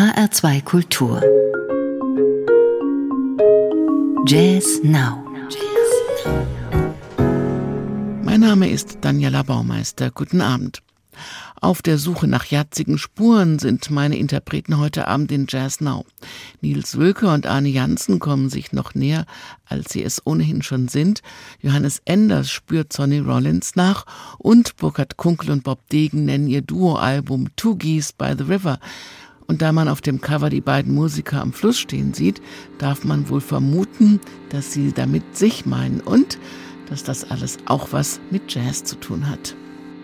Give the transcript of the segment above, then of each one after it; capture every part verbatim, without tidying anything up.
H R zwei Kultur Jazz Now. Mein Name ist Daniela Baumeister. Guten Abend. Auf der Suche nach jazzigen Spuren sind meine Interpreten heute Abend in Jazz Now. Nils Wölke und Arne Janssen kommen sich noch näher, als sie es ohnehin schon sind. Johannes Enders spürt Sonny Rollins nach und Burkhard Kunkel und Bob Degen nennen ihr Duoalbum Two Geese by the River. Und da man auf dem Cover die beiden Musiker am Fluss stehen sieht, darf man wohl vermuten, dass sie damit sich meinen und dass das alles auch was mit Jazz zu tun hat.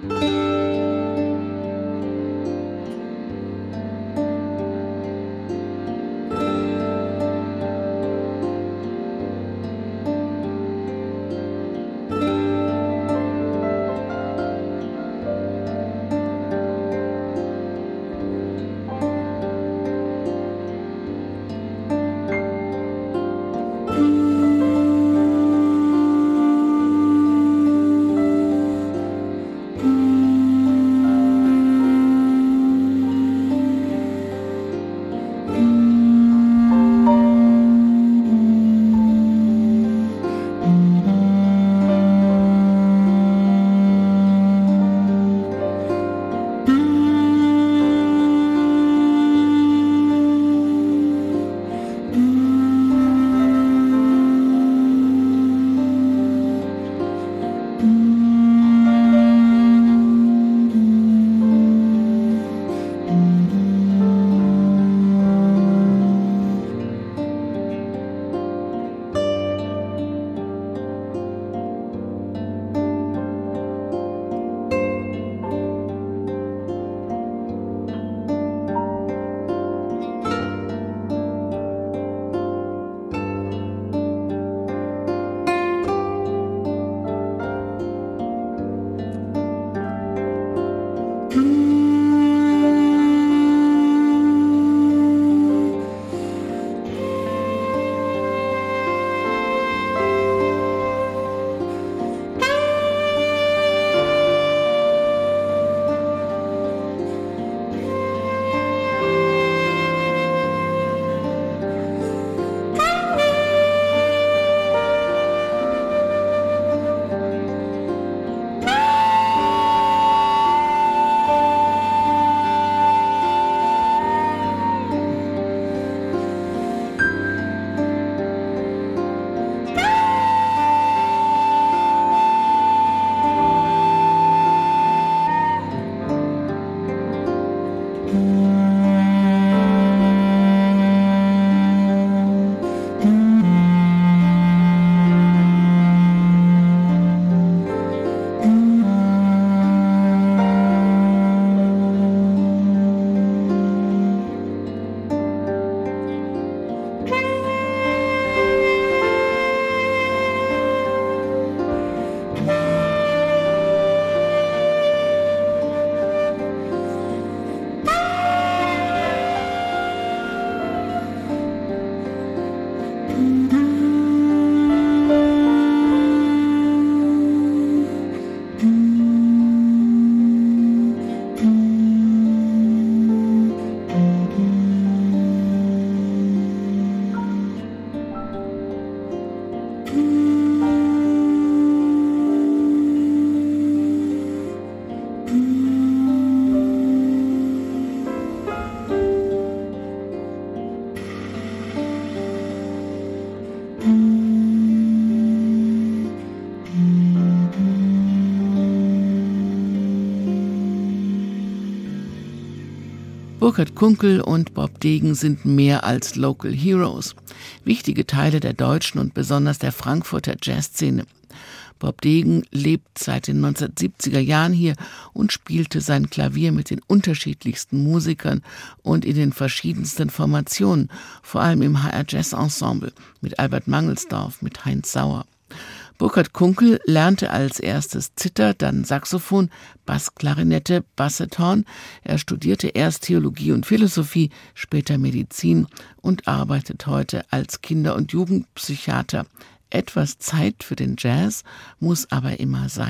Burkhard Kunkel und Bob Degen sind mehr als Local Heroes. Wichtige Teile der deutschen und besonders der Frankfurter Jazzszene. Bob Degen lebt seit den neunzehnhundertsiebziger Jahren hier und spielte sein Klavier mit den unterschiedlichsten Musikern und in den verschiedensten Formationen, vor allem im H R Jazz Ensemble mit Albert Mangelsdorf, mit Heinz Sauer. Burkhard Kunkel lernte als erstes Zither, dann Saxophon, Bassklarinette, Basshorn. Er studierte erst Theologie und Philosophie, später Medizin und arbeitet heute als Kinder- und Jugendpsychiater. Etwas Zeit für den Jazz muss aber immer sein.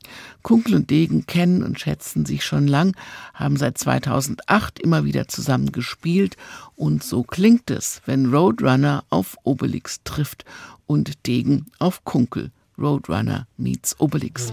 Kunkel und Degen kennen und schätzen sich schon lang, haben seit zweitausendacht immer wieder zusammen gespielt und so klingt es, wenn Roadrunner auf Obelix trifft und Degen auf Kunkel. Roadrunner meets Obelix.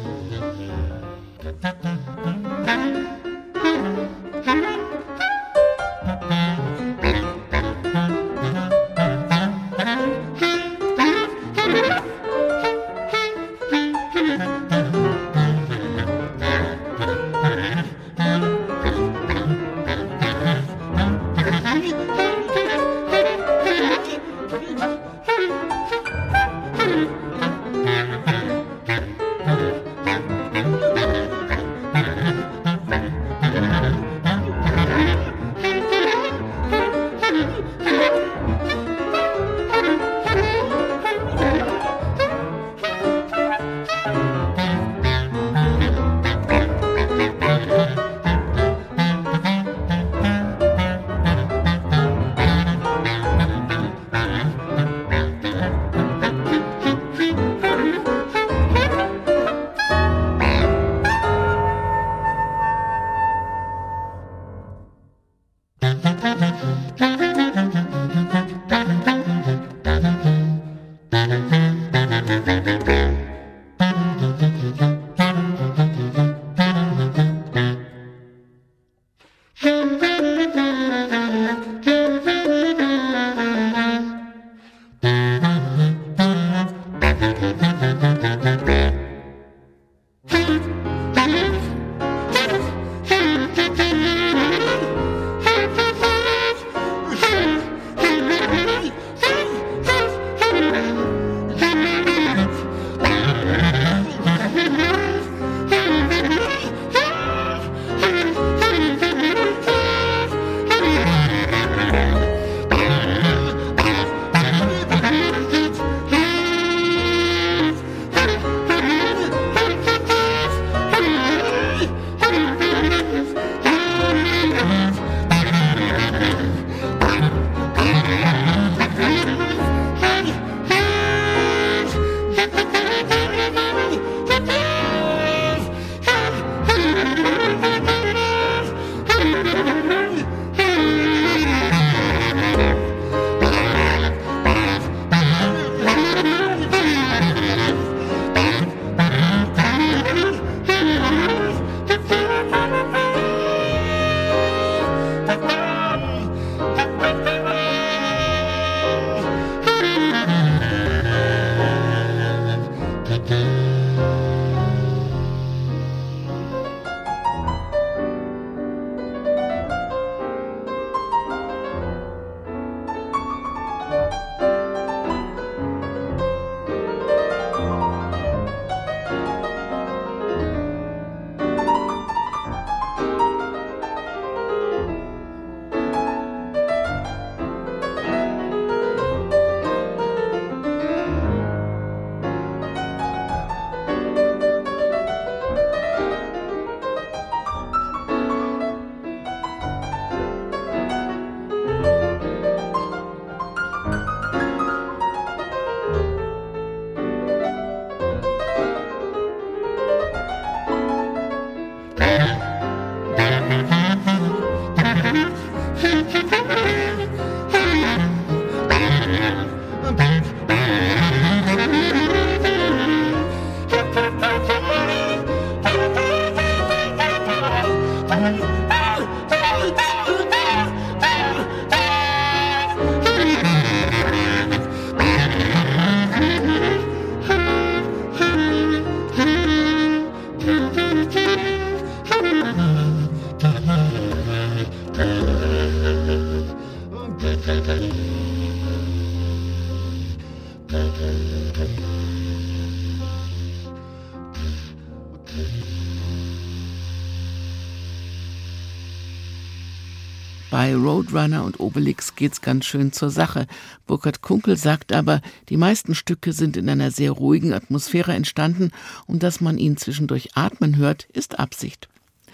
Bei Roadrunner und Obelix geht's ganz schön zur Sache. Burkhard Kunkel sagt aber, die meisten Stücke sind in einer sehr ruhigen Atmosphäre entstanden und dass man ihn zwischendurch atmen hört, ist Absicht.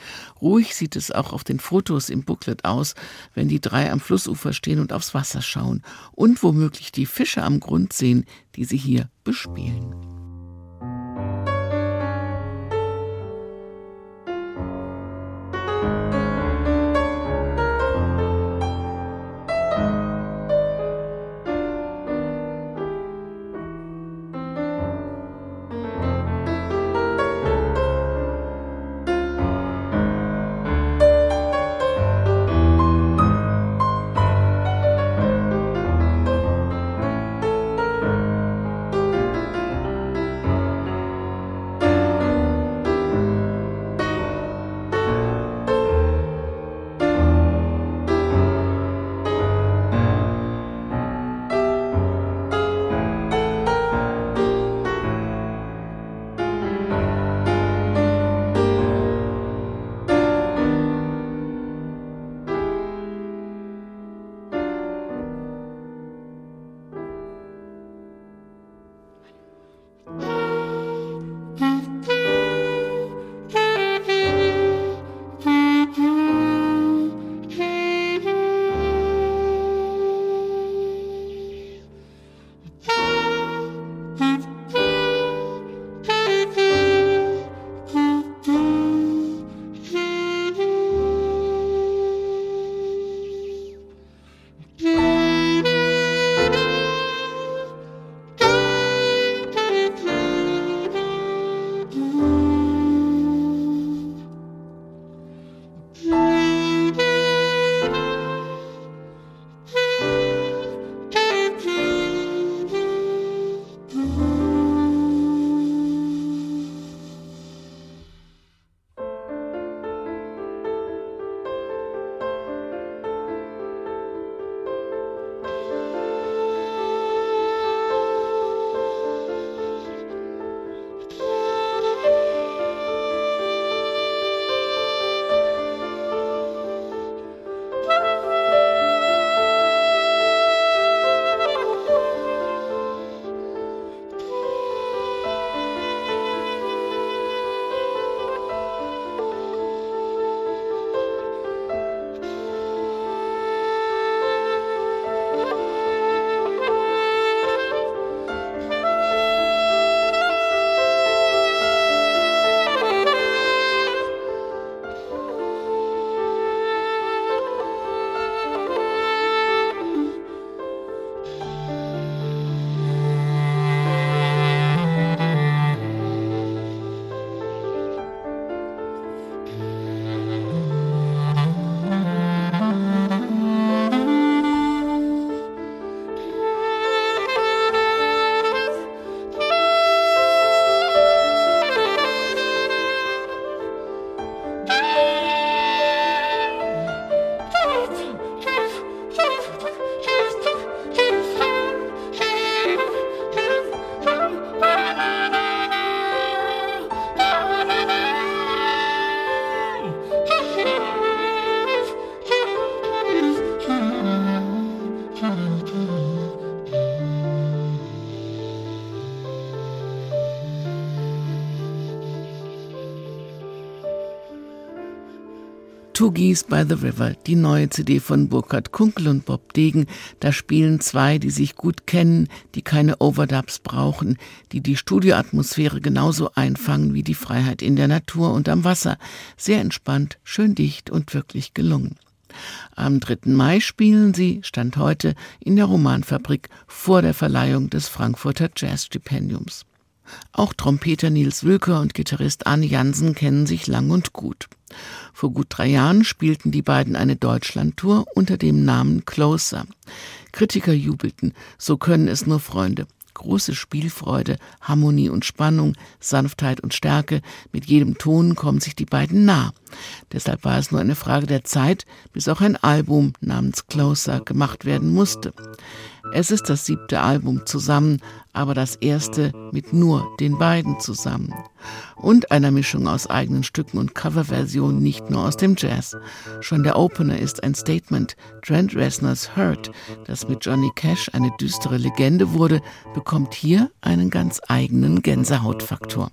Ruhig sieht es auch auf den Fotos im Booklet aus, wenn die drei am Flussufer stehen und aufs Wasser schauen und womöglich die Fische am Grund sehen, die sie hier bespielen. Two Geese by the River, die neue C D von Burkhard Kunkel und Bob Degen. Da spielen zwei, die sich gut kennen, die keine Overdubs brauchen, die die Studioatmosphäre genauso einfangen wie die Freiheit in der Natur und am Wasser. Sehr entspannt, schön dicht und wirklich gelungen. Am dritten Mai spielen sie, Stand heute, in der Romanfabrik vor der Verleihung des Frankfurter Jazzstipendiums. Auch Trompeter Nils Wülker und Gitarrist Arne Jansen kennen sich lang und gut. Vor gut drei Jahren spielten die beiden eine Deutschlandtour unter dem Namen Closer. Kritiker jubelten, so können es nur Freunde. Große Spielfreude, Harmonie und Spannung, Sanftheit und Stärke, mit jedem Ton kommen sich die beiden nah. Deshalb war es nur eine Frage der Zeit, bis auch ein Album namens Closer gemacht werden musste. Es ist das siebte Album zusammen, aber das erste mit nur den beiden zusammen. Und einer Mischung aus eigenen Stücken und Coverversionen, nicht nur aus dem Jazz. Schon der Opener ist ein Statement. Trent Reznors Hurt, das mit Johnny Cash eine düstere Legende wurde, bekommt hier einen ganz eigenen Gänsehautfaktor.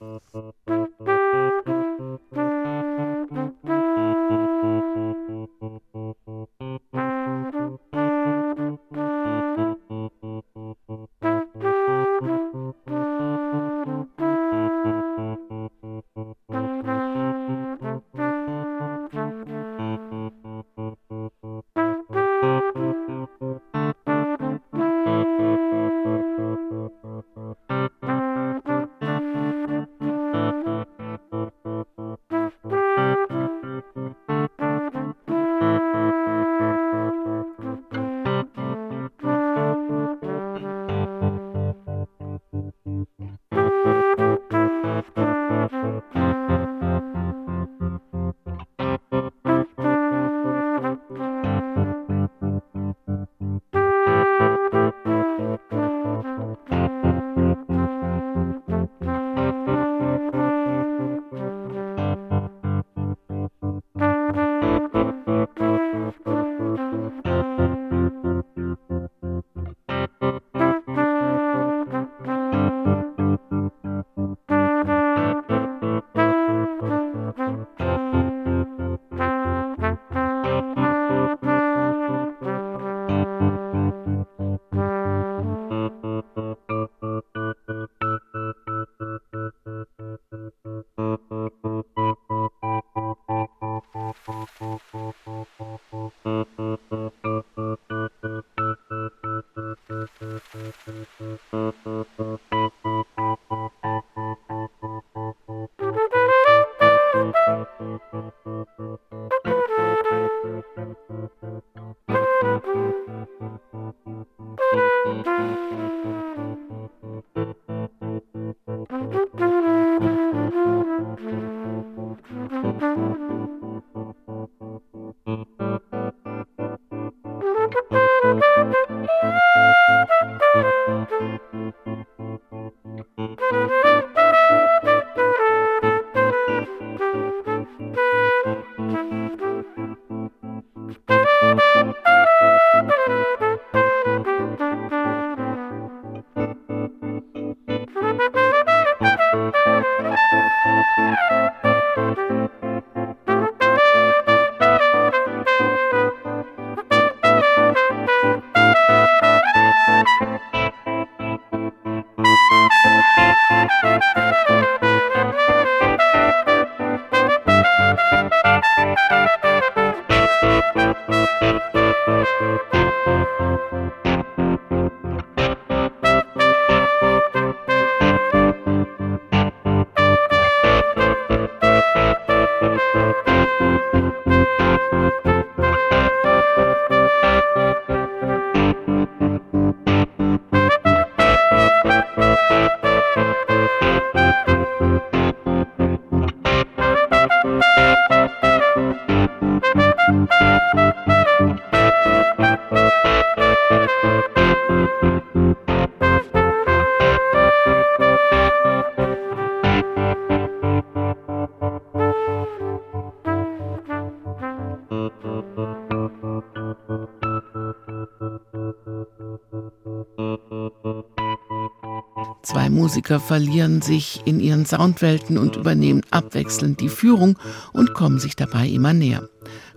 Zwei Musiker verlieren sich in ihren Soundwelten und übernehmen abwechselnd die Führung und kommen sich dabei immer näher.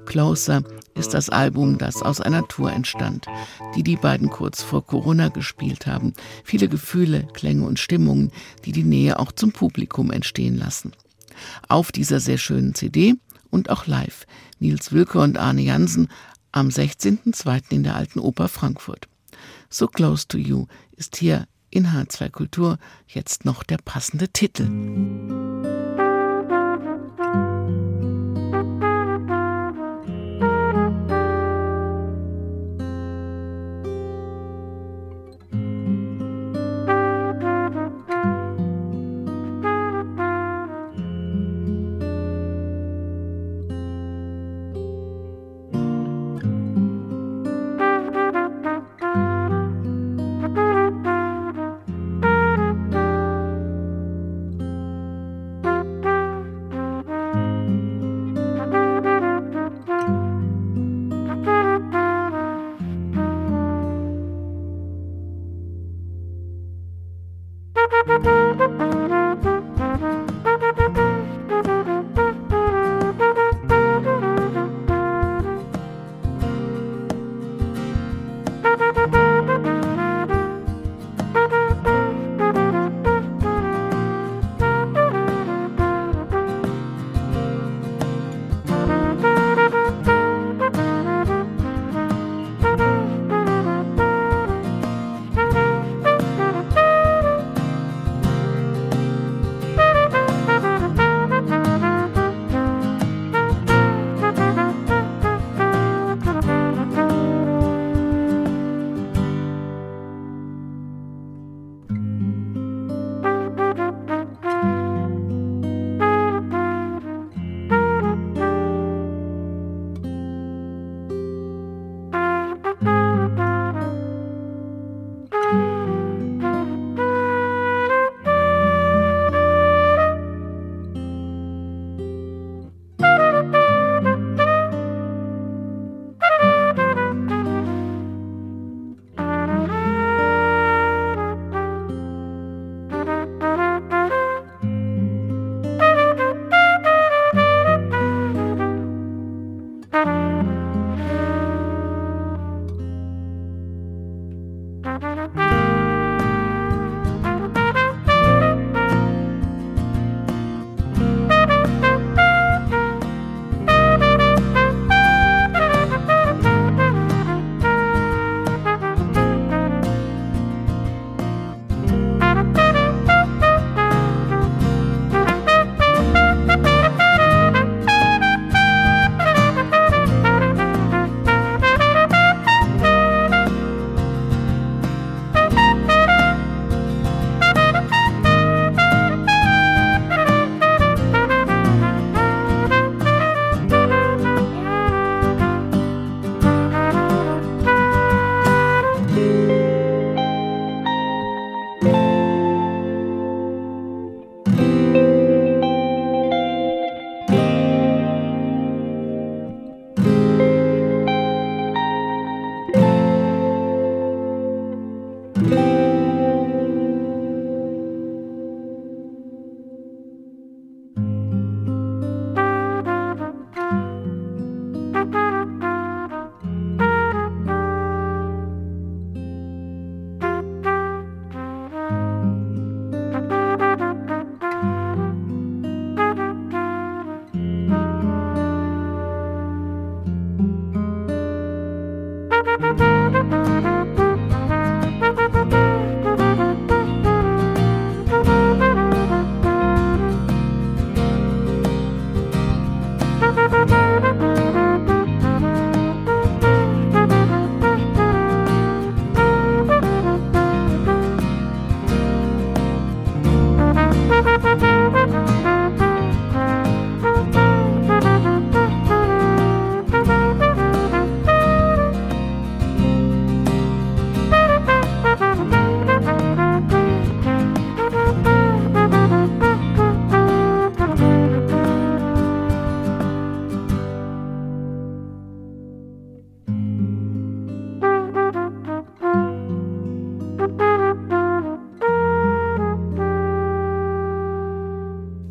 Closer ist das Album, das aus einer Tour entstand, die die beiden kurz vor Corona gespielt haben. Viele Gefühle, Klänge und Stimmungen, die die Nähe auch zum Publikum entstehen lassen. Auf dieser sehr schönen C D und auch live Nils Wilke und Arne Jansen am sechzehnten zweiten in der Alten Oper Frankfurt. So Close to You ist hier in H zwei Kultur jetzt noch der passende Titel.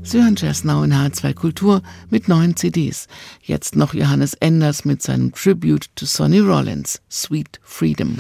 Sie hören Jazz Now in H R zwei Kultur mit neuen C Ds. Jetzt noch Johannes Enders mit seinem Tribute to Sonny Rollins, Sweet Freedom.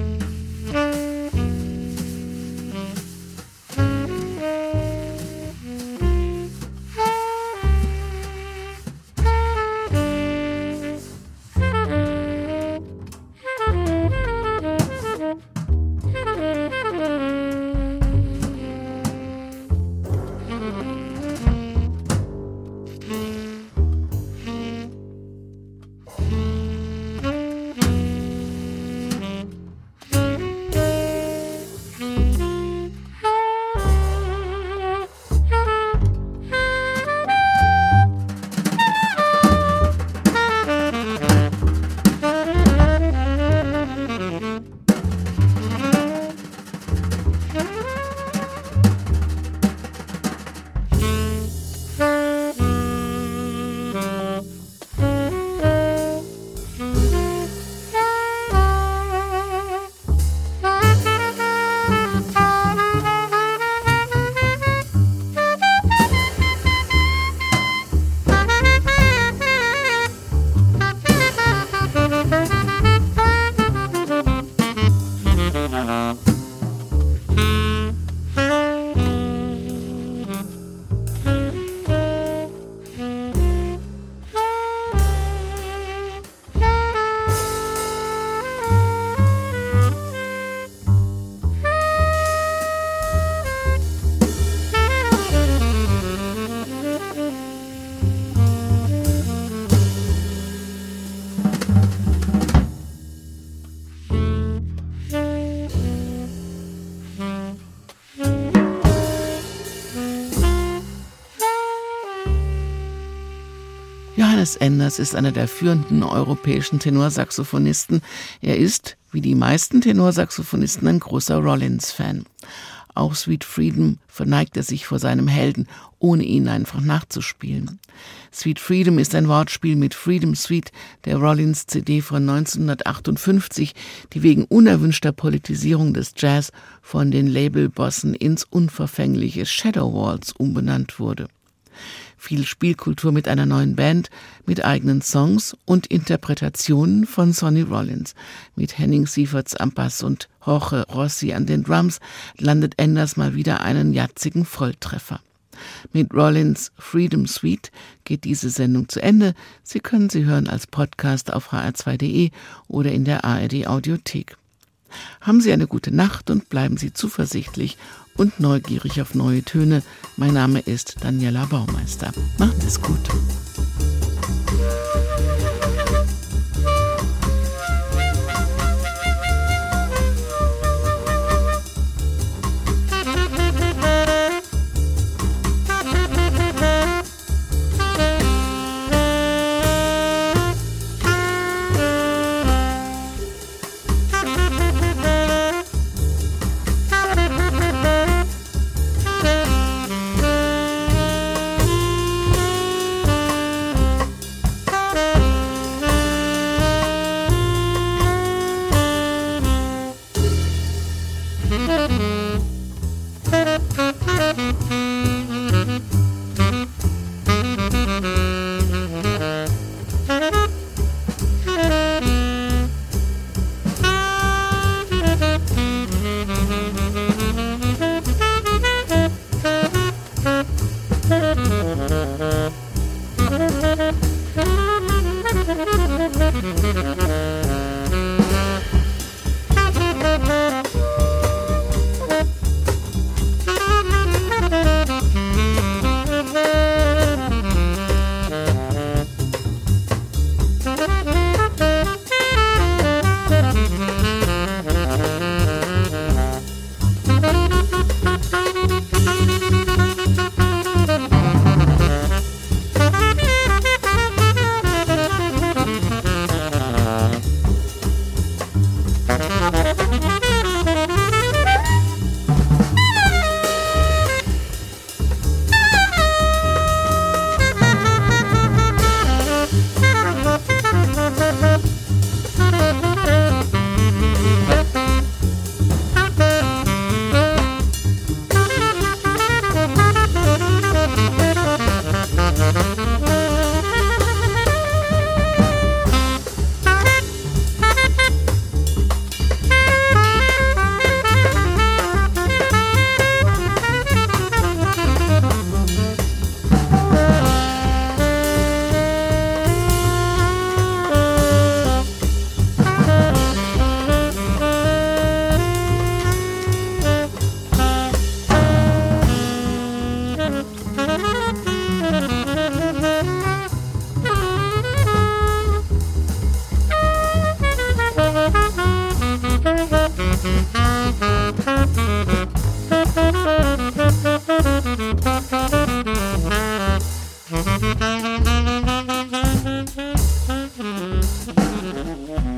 Johannes Enders ist einer der führenden europäischen Tenorsaxophonisten. Er ist, wie die meisten Tenorsaxophonisten, ein großer Rollins-Fan. Auch Sweet Freedom verneigt er sich vor seinem Helden, ohne ihn einfach nachzuspielen. Sweet Freedom ist ein Wortspiel mit Freedom Suite, der Rollins-C D von neunzehnhundertachtundfünfzig, die wegen unerwünschter Politisierung des Jazz von den Labelbossen ins unverfängliche Shadow Waltz umbenannt wurde. Viel Spielkultur mit einer neuen Band, mit eigenen Songs und Interpretationen von Sonny Rollins. Mit Henning Sieverts am Bass und Jorge Rossi an den Drums landet Enders mal wieder einen jatzigen Volltreffer. Mit Rollins Freedom Suite geht diese Sendung zu Ende. Sie können sie hören als Podcast auf h r zwei punkt d e oder in der A R D Audiothek. Haben Sie eine gute Nacht und bleiben Sie zuversichtlich und neugierig auf neue Töne. Mein Name ist Daniela Baumeister. Macht es gut. Thank you.